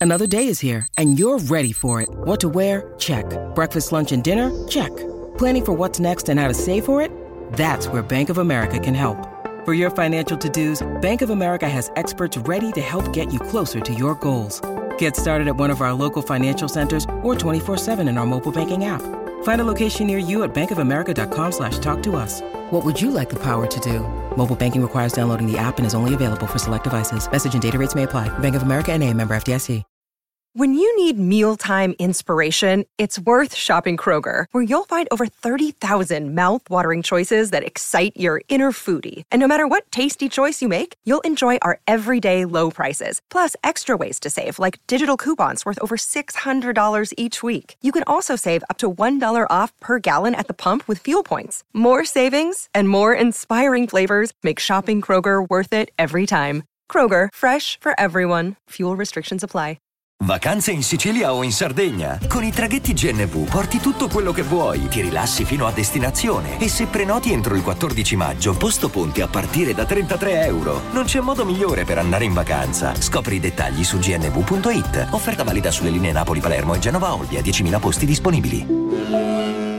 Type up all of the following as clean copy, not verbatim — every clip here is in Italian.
Another day is here, and you're ready for it. What to wear? Check. Breakfast, lunch, and dinner? Check. Planning for what's next and how to save for it? That's where Bank of America can help. For your financial to-dos, Bank of America has experts ready to help get you closer to your goals. Get started at one of our local financial centers or 24/7 in our mobile banking app. Find a location near you at bankofamerica.com/talktous. What would you like the power to do? Mobile banking requires downloading the app and is only available for select devices. Message and data rates may apply. Bank of America N.A., member FDIC. When you need mealtime inspiration, it's worth shopping Kroger, where you'll find over 30,000 mouth-watering choices that excite your inner foodie. And no matter what tasty choice you make, you'll enjoy our everyday low prices, plus extra ways to save, like digital coupons worth over $600 each week. You can also save up to $1 off per gallon at the pump with fuel points. More savings and more inspiring flavors make shopping Kroger worth it every time. Kroger, fresh for everyone. Fuel restrictions apply. Vacanze in Sicilia o in Sardegna? Con i traghetti GNV porti tutto quello che vuoi, ti rilassi fino a destinazione e se prenoti entro il 14 maggio, posto ponti a partire da €33. Non c'è modo migliore per andare in vacanza. Scopri i dettagli su gnv.it. Offerta valida sulle linee Napoli-Palermo e Genova-Olbia, 10.000 posti disponibili.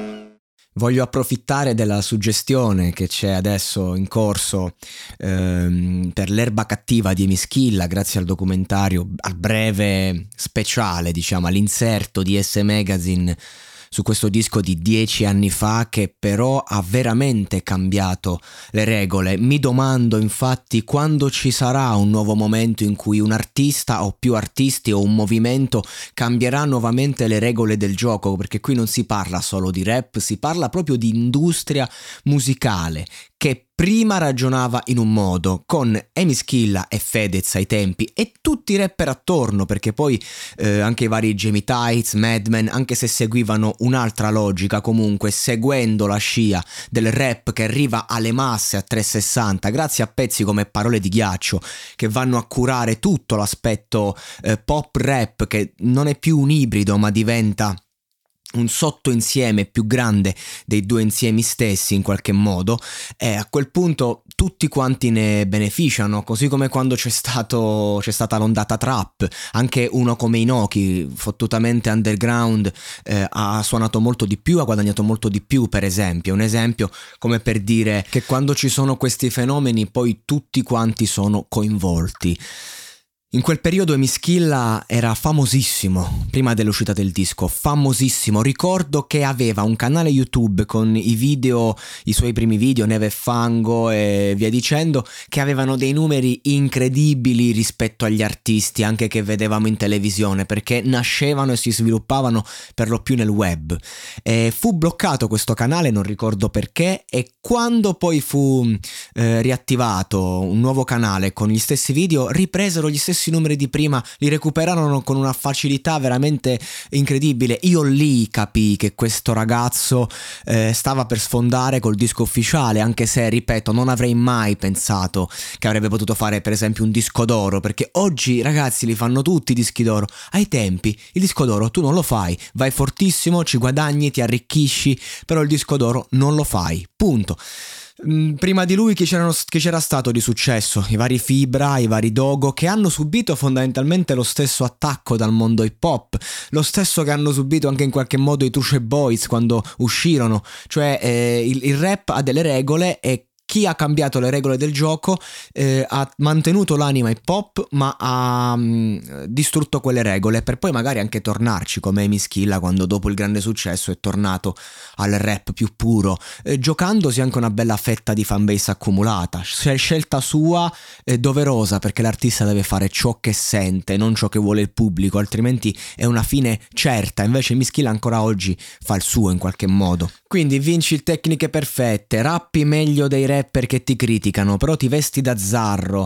Voglio approfittare della suggestione che c'è adesso in corso per l'erba cattiva di Emischilla, grazie al documentario, al breve speciale, diciamo, all'inserto di S Magazine su questo disco di 10 anni fa, che però ha veramente cambiato le regole. Mi domando infatti quando ci sarà un nuovo momento in cui un artista o più artisti o un movimento cambierà nuovamente le regole del gioco, perché qui non si parla solo di rap, si parla proprio di industria musicale che prima ragionava in un modo, con Emischilla e Fedez ai tempi e tutti i rapper attorno, perché poi anche i vari Jamie Tights, Madman, anche se seguivano un'altra logica, comunque seguendo la scia del rap che arriva alle masse a 360 grazie a pezzi come Parole di ghiaccio, che vanno a curare tutto l'aspetto pop rap, che non è più un ibrido ma diventa un sottoinsieme più grande dei due insiemi stessi in qualche modo, e a quel punto tutti quanti ne beneficiano, così come quando c'è stata l'ondata trap. Anche uno come Inoki, fottutamente underground, ha suonato molto di più, ha guadagnato molto di più, per esempio. Un esempio come per dire che quando ci sono questi fenomeni poi tutti quanti sono coinvolti. In quel periodo Emischilla era famosissimo, prima dell'uscita del disco, famosissimo. Ricordo che aveva un canale YouTube con i video, i suoi primi video, Neve e Fango e via dicendo, che avevano dei numeri incredibili rispetto agli artisti anche che vedevamo in televisione, perché nascevano e si sviluppavano per lo più nel web. E fu bloccato questo canale, non ricordo perché, e quando poi fu riattivato un nuovo canale con gli stessi video, ripresero gli stessi numeri di prima, li recuperarono con una facilità veramente incredibile. Io lì capii che questo ragazzo stava per sfondare col disco ufficiale, anche se, ripeto, non avrei mai pensato che avrebbe potuto fare per esempio un disco d'oro, perché oggi ragazzi li fanno tutti i dischi d'oro. Ai tempi il disco d'oro tu non lo fai, vai fortissimo, ci guadagni, ti arricchisci, però il disco d'oro non lo fai, punto. Prima di lui chi c'era stato di successo? I vari Fibra, i vari Dogo, che hanno subito fondamentalmente lo stesso attacco dal mondo hip hop, lo stesso che hanno subito anche in qualche modo i Touche Boys quando uscirono. Cioè il rap ha delle regole e chi ha cambiato le regole del gioco ha mantenuto l'anima hip hop, ma ha distrutto quelle regole per poi magari anche tornarci, come Emischilla quando dopo il grande successo è tornato al rap più puro, giocandosi anche una bella fetta di fanbase accumulata. Scelta sua, doverosa, perché l'artista deve fare ciò che sente, non ciò che vuole il pubblico, altrimenti è una fine certa. Invece Emischilla ancora oggi fa il suo in qualche modo. Quindi vinci tecniche perfette, rappi meglio dei rapper che ti criticano, però ti vesti da zarro,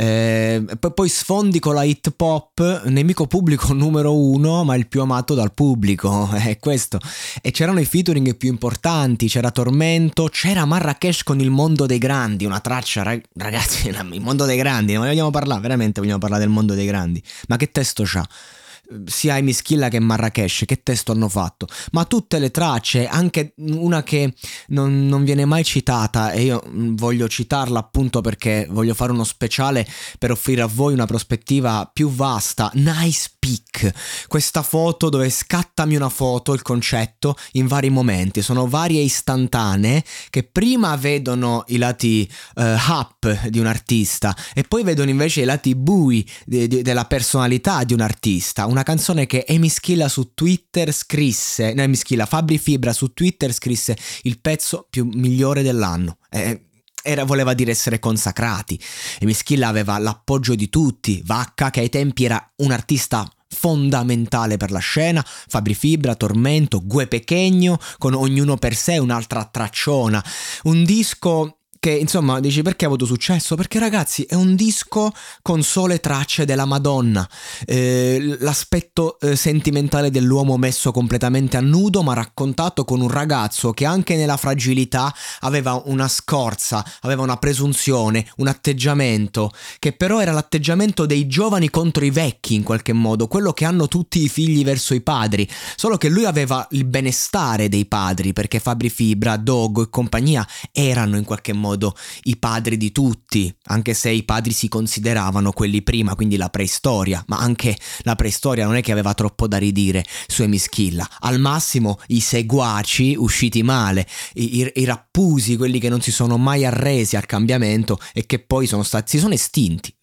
poi sfondi con la hip hop, nemico pubblico numero uno ma il più amato dal pubblico, è questo. E c'erano i featuring più importanti, c'era Tormento, c'era Marrakesh con Il Mondo dei Grandi, una traccia, ragazzi, Il Mondo dei Grandi, non vogliamo parlare, veramente vogliamo parlare del Mondo dei Grandi, ma che testo c'ha? sia Emischilla che Marrakesh, che testo hanno fatto, ma tutte le tracce, anche una che non viene mai citata e io voglio citarla appunto perché voglio fare uno speciale per offrire a voi una prospettiva più vasta. Nice Pic, questa foto dove scattami una foto, il concetto, in vari momenti, sono varie istantanee che prima vedono i lati up di un artista e poi vedono invece i lati bui della personalità di un artista. Una canzone che Emischilla su Twitter scrisse, Fabri Fibra su Twitter scrisse il pezzo più migliore dell'anno. Voleva dire essere consacrati. Emischilla aveva l'appoggio di tutti, Vacca che ai tempi era un artista fondamentale per la scena, Fabri Fibra, Tormento, Gue Pequeño, con Ognuno per sé, un'altra tracciona, un disco che insomma dici perché ha avuto successo? Perché ragazzi è un disco con sole tracce della Madonna, l'aspetto sentimentale dell'uomo messo completamente a nudo ma raccontato con un ragazzo che anche nella fragilità aveva una scorza, aveva una presunzione, un atteggiamento che però era l'atteggiamento dei giovani contro i vecchi in qualche modo, quello che hanno tutti i figli verso i padri, solo che lui aveva il benestare dei padri perché Fabri Fibra, Dogo e compagnia erano in qualche modo i padri di tutti, anche se i padri si consideravano quelli prima, quindi la preistoria, ma anche la preistoria non è che aveva troppo da ridire su Emischilla, al massimo i seguaci usciti male, i rappusi, quelli che non si sono mai arresi al cambiamento e che poi si sono estinti.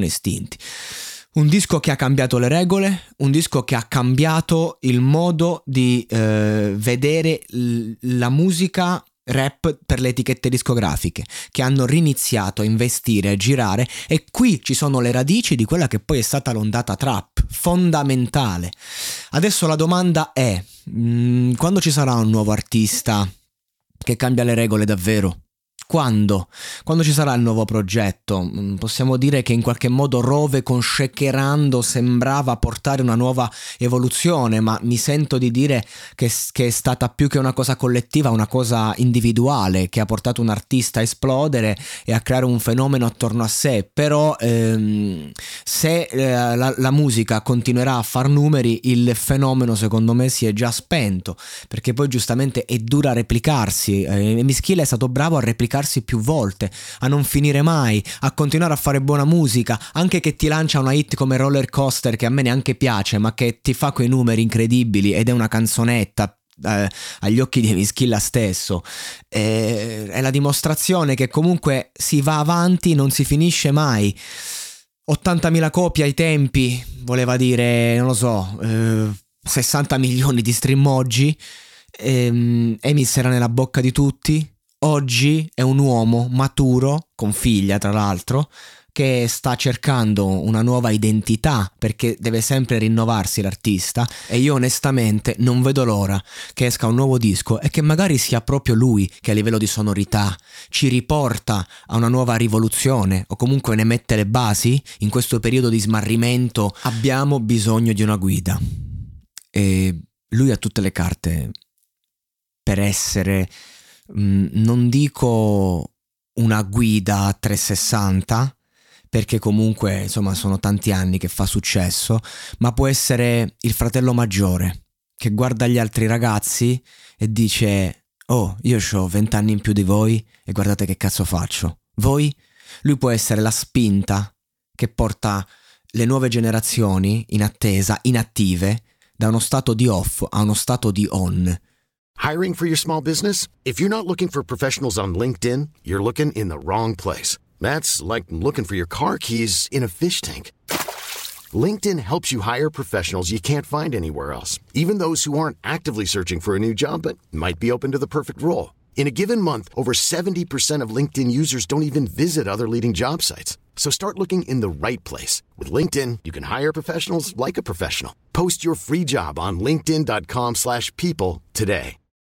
Un disco che ha cambiato le regole, un disco che ha cambiato il modo di vedere la musica rap per le etichette discografiche, che hanno riniziato a investire, a girare, e qui ci sono le radici di quella che poi è stata l'ondata trap, fondamentale. Adesso la domanda è, quando ci sarà un nuovo artista che cambia le regole davvero? Quando ci sarà il nuovo progetto? Possiamo dire che in qualche modo Rove con Shakerando sembrava portare una nuova evoluzione, ma mi sento di dire che è stata più che una cosa collettiva, una cosa individuale che ha portato un artista a esplodere e a creare un fenomeno attorno a sé. Però se la musica continuerà a far numeri, il fenomeno secondo me si è già spento, perché poi giustamente è dura replicarsi. Emischilla è stato bravo a replicarsi più volte, a non finire mai, a continuare a fare buona musica, anche che ti lancia una hit come Roller Coaster che a me neanche piace ma che ti fa quei numeri incredibili ed è una canzonetta agli occhi di Emischilla stesso. È la dimostrazione che comunque si va avanti, non si finisce mai. 80.000 copie ai tempi voleva dire, non lo so, 60 milioni di stream oggi. Emis era nella bocca di tutti. Oggi è un uomo maturo, con figlia tra l'altro, che sta cercando una nuova identità perché deve sempre rinnovarsi l'artista, e io onestamente non vedo l'ora che esca un nuovo disco e che magari sia proprio lui che a livello di sonorità ci riporta a una nuova rivoluzione o comunque ne mette le basi. In questo periodo di smarrimento abbiamo bisogno di una guida e lui ha tutte le carte per essere, non dico una guida a 360 perché comunque insomma sono tanti anni che fa successo, ma può essere il fratello maggiore che guarda gli altri ragazzi e dice: oh, io ho 20 anni in più di voi e guardate che cazzo faccio. Voi? Lui può essere la spinta che porta le nuove generazioni in attesa, inattive, da uno stato di off a uno stato di on. Hiring for your small business? If you're not looking for professionals on LinkedIn, you're looking in the wrong place. That's like looking for your car keys in a fish tank. LinkedIn helps you hire professionals you can't find anywhere else, even those who aren't actively searching for a new job but might be open to the perfect role. In a given month, over 70% of LinkedIn users don't even visit other leading job sites. So start looking in the right place. With LinkedIn, you can hire professionals like a professional. Post your free job on linkedin.com/people today.